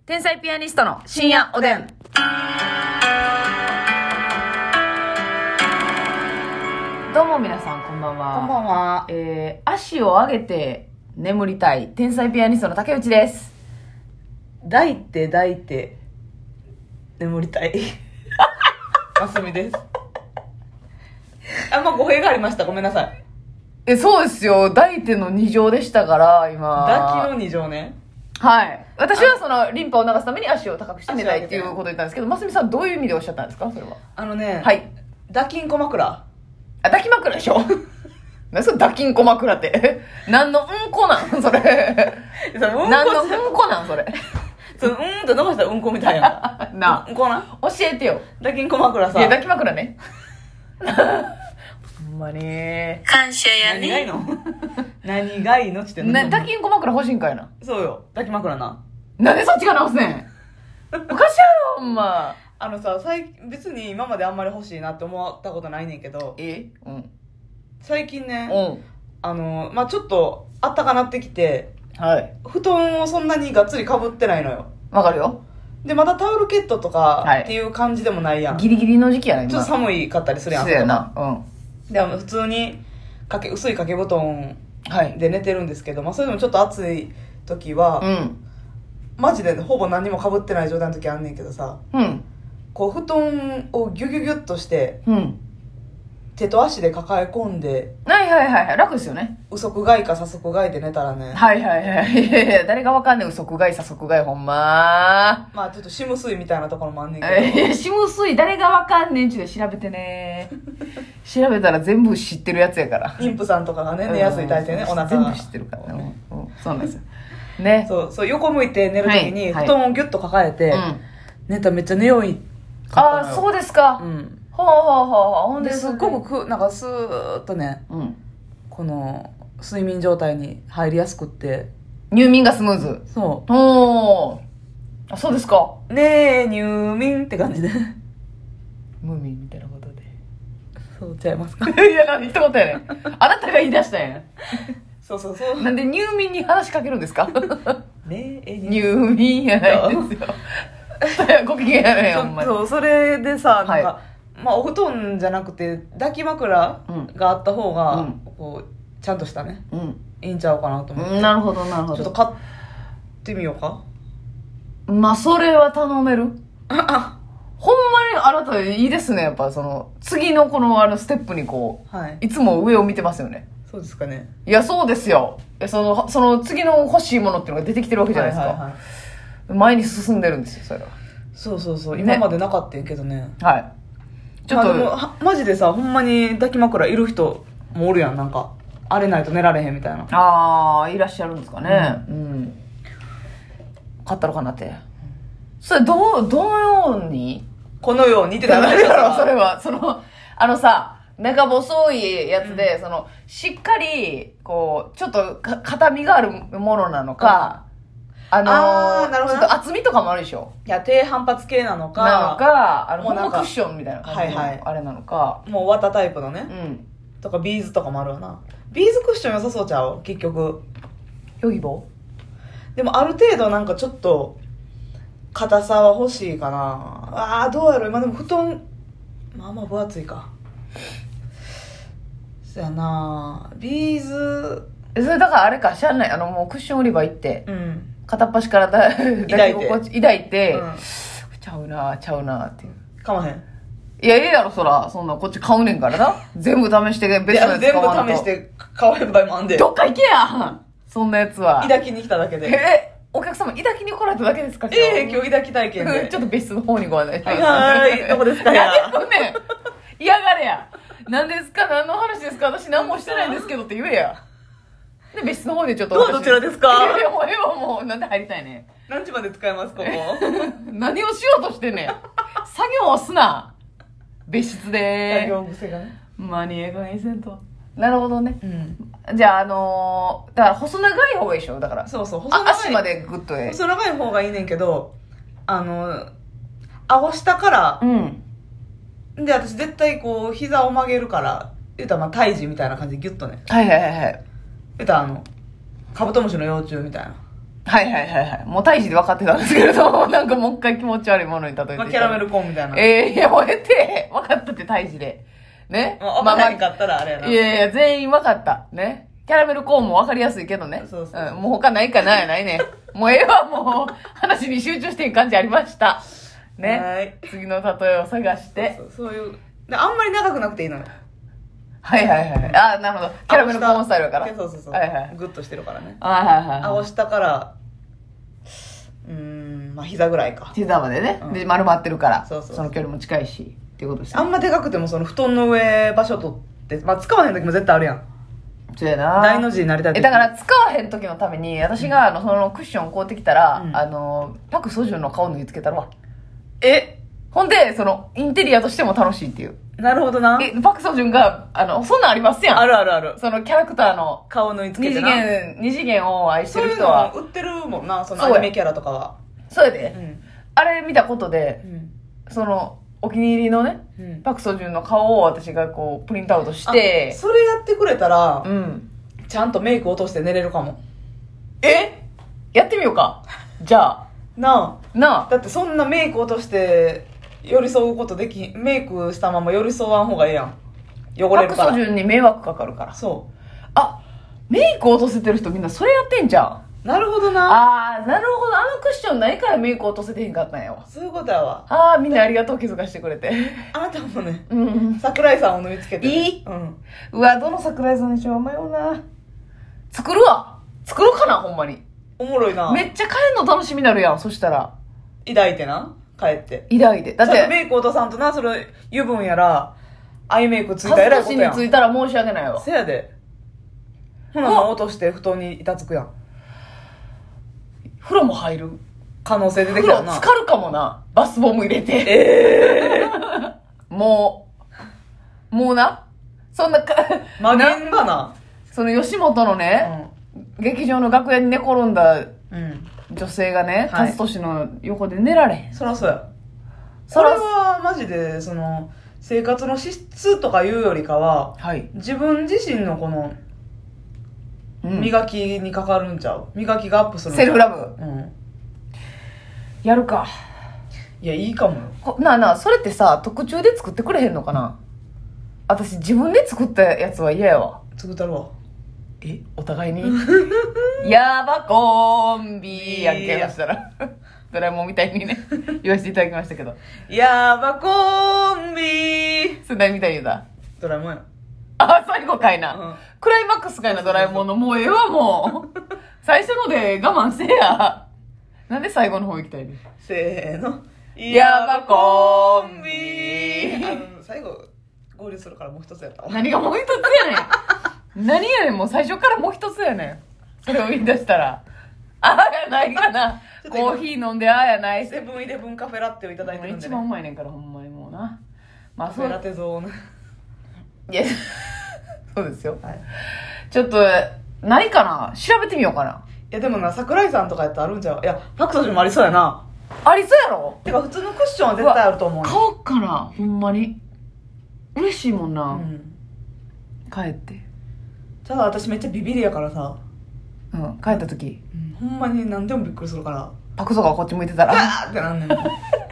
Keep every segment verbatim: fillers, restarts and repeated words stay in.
天才ピアニストの深夜おでん。どうも皆さんこんばんは。 こんばんは。 えー、足を上げて眠りたい天才ピアニストの竹内です。 抱いて抱いて眠りたいますみです。あ、まあ語弊がありました。ごめんなさい。 え、そうですよ。抱いての二乗でしたから今。 抱きの二乗ね。 はい。私はそのリンパを流すために足を高くして寝たいっていうことを言ったんですけど、ますみさんどういう意味でおっしゃったんですかそれは。 あのね、 はい。 抱きんこ枕。 あ、抱き枕でしょ何それ抱きんこ枕って。何のうんこなんそれ。 それうんこ何のうんこなんそれ。 そのうんと伸ばしたらうんこみたいやん。 なあ。 うんこな。 教えてよ。 抱きんこ枕さ。 いや、抱き枕ね。ほんまに感謝やね。何がいいの何がいいのって言ってんの、 ね、抱きんこ枕欲しいんかいな。 そうよ。抱き枕な。 なんでそっちが直すねん。おかしいやろ、ほんま。 あのさ、最別に今まであんまり欲しいなって思ったことないねんけど、 えうん。 最近ね、 うん。 あの、まあ、ちょっとあったかなってきて、 はい。 布団をそんなにがっつりかぶってないのよ。 わかるよ。 で、まだタオルケットとかはいっていう感じでもないやん。 ギリギリの時期やな、今。 ちょっと寒いかったりするやん。 そうやな。うん。 でも普通にかけ薄い掛け布団はい。 で寝てるんですけど、まあ、それでもちょっと暑い時は、 うん。 マジでほぼ何もかぶってない状態の時あんねんけどさ、 うん。 こう布団をギュギュギュッとしてうん。 手と足で抱え込んで、 はいはいはいはい。楽ですよね。 右側外か左側外で寝たらね、 はいはいはい。いやいや誰がわかんねん、嘘くがい、さそくがい、ほんままあちょっとシム水みたいなところもあんねんけー。 ど、 え、しむすい、誰がわかんねんちゅうで調べてね。調べたら全部知ってるやつやから。 妊婦さんとかがね寝やすい体勢ね、 うんお腹が全部知ってるからね。うんうんそうなんですよ。ね。 そうそう、横向いて寝る時にはい布団をギュッと抱えて、 うん。 寝たらめっちゃ寝よいああ、そうですか。 うんほうほうほうほう。ほんで、 ですっごくくなんかスーッとね、 うん。 この睡眠状態に入りやすくって、 入眠がスムーズ。 そおー。あ、そうですか。 うねえ入眠って感じでムーミンみたいなことで。 そうちゃいますかいや、何ってことやねん。あなたが言い出したんや。 そうそうそうなんで入眠に話しかけるんですかねえ入眠やないですよ。ご機嫌やねん、ほんまに。 そうそれでさなんか、 はまあお布団じゃなくて抱き枕があった方が、 うんこうちゃんとしたねうん。 いいんちゃうかなと思って、 うんなるほど、なるほど。 ちょっと買ってみようかまあ、それは頼めるほんまにあなたいいですね。やっぱその、次のこのあのステップにこはい、 う、いつも上を見てますよね。 そうですかねいや、そうですよ。いやその、その次の欲しいものっていうのが出てきてるわけじゃないですか。 はいはいはい、 前に進んでるんですよ、それは。 そうそうそう、 ね今までなかったんやけどね、 はい。ちょっと、 まあでもはマジでさほんまに抱き枕いる人もおるやん。なんかあれないと寝られへんみたいな。 ああ、いらっしゃるんですかね。うん。買ったのかなって。それ、どう、どのようにこのようにってだなるから、それは、その、あのさ、中細いやつで、うん、その、しっかり、こう、ちょっとか、硬みがあるものなのか、あのー、 あーなるほどちょっと厚みとかもあるでしょ。 いや低反発系なのかなのか、あの、 もうなんかホームクッションみたいな感じの、 はいはいあれなのか。 もう綿タイプのね、 うん。 とかビーズとかもあるわな。ビーズクッション良さそうちゃう結局。 ヨギボでもある程度なんかちょっと硬さは欲しいかな。ああどうやろ今でも布団まあまあ分厚いか。そやなビーズ。 それだからあれか、しゃあない。あの、もうクッション売り場行って、 うん片っ端からだ抱き心地抱いて、 うん、 ちゃうなちゃうなっていうかまへん。 いやええやろそらそんなこっち買うねんからな全部試して別のやつ全買わんと部試して買わへん場合もあんで。 どっか行けやそんなやつは抱きに来ただけで。 えお客様抱きに来られただけですかええ今日抱き体験でちょっと別室の方にご案内しますはいはいどこですかや何やねん嫌がれや何ですか何の話ですか私何もしてないんですけどって言えやで別室の方でちょっとどうどちらですか。 いやいやもうええわもうなんで入りたいね何時まで使えますここ。 何をしようとしてんねん作業をすな別室で作業癖がね。 マニエがいせんとなるほどね、 うん、 じゃああのー、だから細長い方がいいでしょだからそうそう細長い足までグッとえ細長い方がいいねんけどあの顎下からうんで私絶対こう膝を曲げるから言うたらまあ胎児みたいな感じでギュッとねはいはいはいはい言うたらあのカブトムシの幼虫みたいなはいはいはいはい。もう大事で分かってたんですけれど、なんかもう一回気持ち悪いものに例えて。 まあ、キャラメルコーンみたいな。 ええー、いや、もうえて、分かったって大事で。ね。 まあ、分からへんかったらあれやな。 いやいや、全員分かった。ね。キャラメルコーンも分かりやすいけどね。 そうそう。 うん、もう他ないかなやないね。もうええわ、もう、話に集中していく感じありました。ね。 はい。 次の例えを探して。 そうそう、そういう。であんまり長くなくていいのよ。 はいはいはい。あ、なるほど。キャラメルコーンスタイルだから。 そうそうそう。 はいはい。 グッとしてるからね。 はいはいはい。 顎下から、うーん、まあ膝ぐらいか。 膝までね。 うん、 で、丸まってるから。 そうそうそう。 その距離も近いし。っていうことですね。 あんまでかくてもその布団の上場所取って、まあ使わへん時も絶対あるやん。 そうやな。 大の字になりたい時。 え、だから使わへん時のために、私があの、そのクッション買うてきたら、 うん、 あの、パクソジュンの顔縫い付けたるわ。 えほんで、その、インテリアとしても楽しいっていう。 なるほどな。 え、パクソジュンが、あの、そんなんありますやん。 あるあるある。 そのキャラクターの、 顔縫い付二次けてな。 元、二次元を愛してる人は。 そういうの売ってるもんな、そのアニメキャラとかは。 そうやで。 うん、 あれ見たことで、 うん、 その、お気に入りのね、うん、パクソジュンの顔を私がこう、プリントアウトして。 それやってくれたら、 うん。 ちゃんとメイク落として寝れるかも。 えやってみようか。じゃあ。 なあ。なあ。だってそんなメイク落として、寄り添うことでき、メイクしたまま寄り添わん方がええやん。汚れるから。 パクソジュンに迷惑かかるから。 そう。 あ、メイク落とせてる人みんなそれやってんじゃん。 なるほどな。 あー、なるほど。あのクッションないからメイク落とせてへんかったんやわ。 そういうことやわ。 あー、みんなありがとう気づかしてくれて。 あなたもね、 うん。 桜井さんを縫い付けて、ね。 いい、 うん。 うわ、どの桜井さんにしよう。迷うな。作るわ。作ろうかな、ほんまに。 おもろいな。 めっちゃ帰るの楽しみになるやん、そしたら。 抱いてな。帰って。 抱いて。だって。 メイク落とさんとな、それ、油分やら、アイメイクついたらえらいことやん。 についたら申し訳ないわ。 せやで。ほな、もう落として布団に板つくやん。 風呂も入る可能性出てきたな。 風呂浸かるかもな。バスボム入れて。 ええー。 もう、もうな。そんなか、 曲げんがな。 その吉本のね、うん、劇場の楽屋に寝転んだ女性がね、 はい、 勝利の横で寝られへん。 そらそうや。それはマジで、その、生活の質とかいうよりかは、 はい、 自分自身のこの、磨きにかかるんちゃう、磨きがアップするんちゃう。 セルフラブ。 うん。 やるか。 いや、いいかもよ。 なあなあ、それってさ、特注で作ってくれへんのかな。私、自分で作ったやつは嫌やわ。 作ったるわ。 えお互いにやばコンビやんけましたらドラえもんみたいにね言わせていただきましたけど、 やばコンビそれ何みたいに言うた。 ドラえもんや。 あ、最後かいな、うん、クライマックスかいな。ドラえもんのもうええわもう最初ので我慢せや。なんで最後の方行きたいね。 せーの、 やばコンビ。 あの最後合流するからもう一つやったわ。 何がもう一つやねん何やねん、もう最初からもう一つやねん。それを言い出したら。あーやないかな。コーヒー飲んであーやない。 セブンイレブンカフェラッテをいただいてるんで、ね、 一番うまいねんから、ほんまにもうな。まあ、 カフェラテゾーね。 いや、そうですよ。 はい、 ちょっと、ないかな調べてみようかな。 いやでもな、桜井さんとかやったらあるんちゃう。いや、パクソジもありそうやな。 ありそうやろ。 てか普通のクッションは絶対あると思う。 買おうかな、ほんまに。嬉しいもんな。うん、帰って。 ただ私めっちゃビビりやからさ。 うん、帰った時、 うん、ほんまに何でもびっくりするから。 パクソがこっち向いてたらダーってなんねん。ダー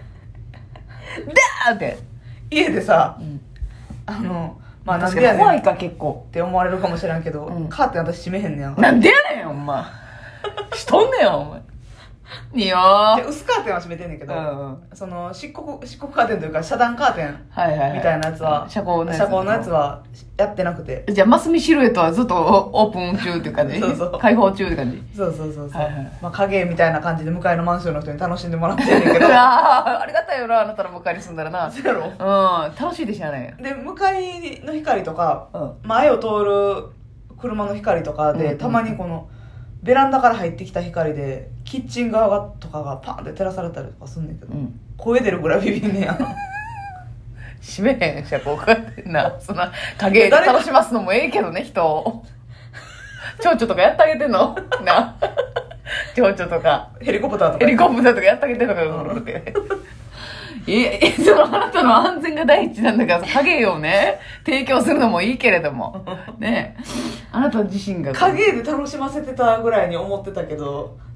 って。 家でさ、うん、あの、まあなんでやねん。 怖いか結構。 って思われるかもしれんけど、うん、カーテン私閉めへんねん。 なんでやねん、お前。しとんねん、お前。いいよー。 薄カーテンは閉めてんねんけど、 うんうん、 その漆黒、漆黒カーテンというか遮断カーテンみたいなやつは、 遮光のやつ、 遮光のやつはやってなくて。 じゃあマスミシルエットはずっとオープン中っていう感じ。 そうそう、 開放中って感じ。 そうそうそうそう、 はいはい、 まあ影みたいな感じで向かいのマンションの人に楽しんでもらってんねんけどあありがたいよな、あなたの向かいに住んだらな。 そうやろ。 うん、楽しいでしょね。 で向かいの光とか、うん、前を通る車の光とかで、うんうん、たまにこのベランダから入ってきた光でキッチン側がとかがパンって照らされたりとかすんねんけど、うん、声出るぐらいビビんねや閉めへんしゃこうかってんな。そんな影で楽しますのもええけどね、人を蝶々とかやってあげてんのな蝶々とかヘリコプターとかヘリコプターとかやってあげてんのかよえ、そのあなたの安全が第一なんだから影をね提供するのもいいけれどもね、あなた自身が影で楽しませてたぐらいに思ってたけど、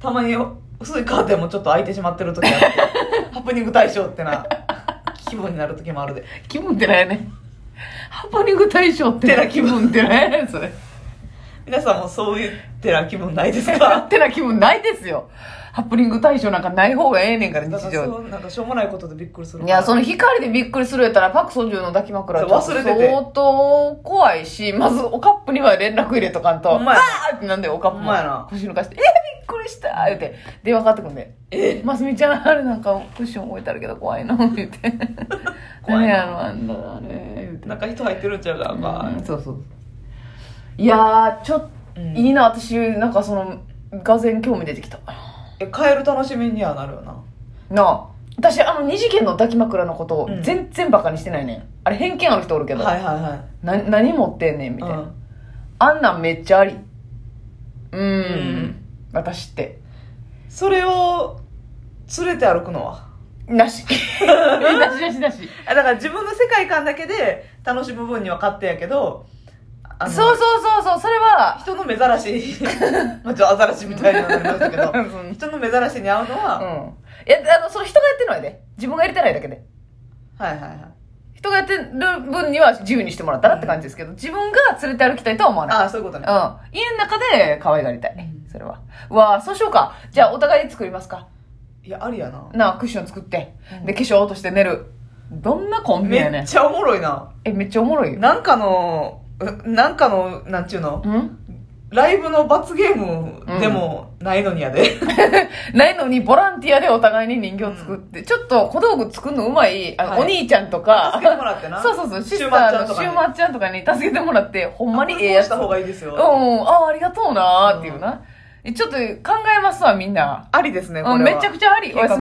たまに薄いカーテンもちょっと開いてしまってる時あってハプニング対象ってな気分になる時もあるで。 気分ってなんやねん。ハプニング対象ってな気分ってなんやねんそれ。 皆さんもそう言ってな気分ないですか？ ってな気分ないですよ。ハプニング対象なんかない方がええねんから日だから常。 そうなんかしょうもないことでびっくりする。 いや、その光でびっくりするやったらパクソジュの抱き枕ちょっと忘れてて相当怖いし、まずおカップには連絡入れとかんと、 ほんまやなあーってなんでおカップもほんまやな腰抜かして、えー、びっくりしたー言って電話かかってくんで、えー、ますみちゃんあれなんかクッション置いてあるけど怖いの言って怖いな何やろあんだあれ言ってなんか人入ってるんちゃうか、まうん、そうそういやーちょっと、 うんいいな私なんかそのがぜ興味出てきたえ帰る楽しみにはなるよな。 なあ私あの二次元の抱き枕のことをうん全然バカにしてないねん、あれ偏見ある人おるけど、 はいはいはい。 な何持ってんねんみたいな、 うんあんなんめっちゃありうーんうん私ってそれを連れて歩くのはなしなしなしなしあだから自分の世界観だけで楽しむ分には勝手やけど、あのそうそうそうそうそれは人の目ざらしまあちょっとアザラシみたいになりましたけどうん人の目ざらしに合うのは、 うんいやあのその人がやってるのやで自分が入れてないだけではいはいはい。 人がやってる分には自由にしてもらったらって感じですけど、自分が連れて歩きたいとは思わない。 ああそういうことね。 うん。家の中で可愛がりたい。 うんそれは。うわぁ、そうしようか。じゃあお互い作りますか。 いやありやな。 なあ、クッション作って。 うんで、化粧落として寝る。どんなコンビやねん。 めっちゃおもろいな。 え、めっちゃおもろいよ。 なんかのうなんかのなんちゅうのんライブの罰ゲームでもないのにやで、 ないのにボランティアでお互いに人形作って、ちょっと小道具作るのうまい、あの、 はいお兄ちゃんとか、 助けてもらってなそうそうそう、シスタシューマッチーのャンとかにシューマッチャンとかに助けてもらって、ほんまにええやつ。 した方がいいですよ。 うん、ああ、ありがとうなーっていうな。えちょっと考えますわ、みんな。 ありですねこれは。 うん、めちゃくちゃあり。おやすみ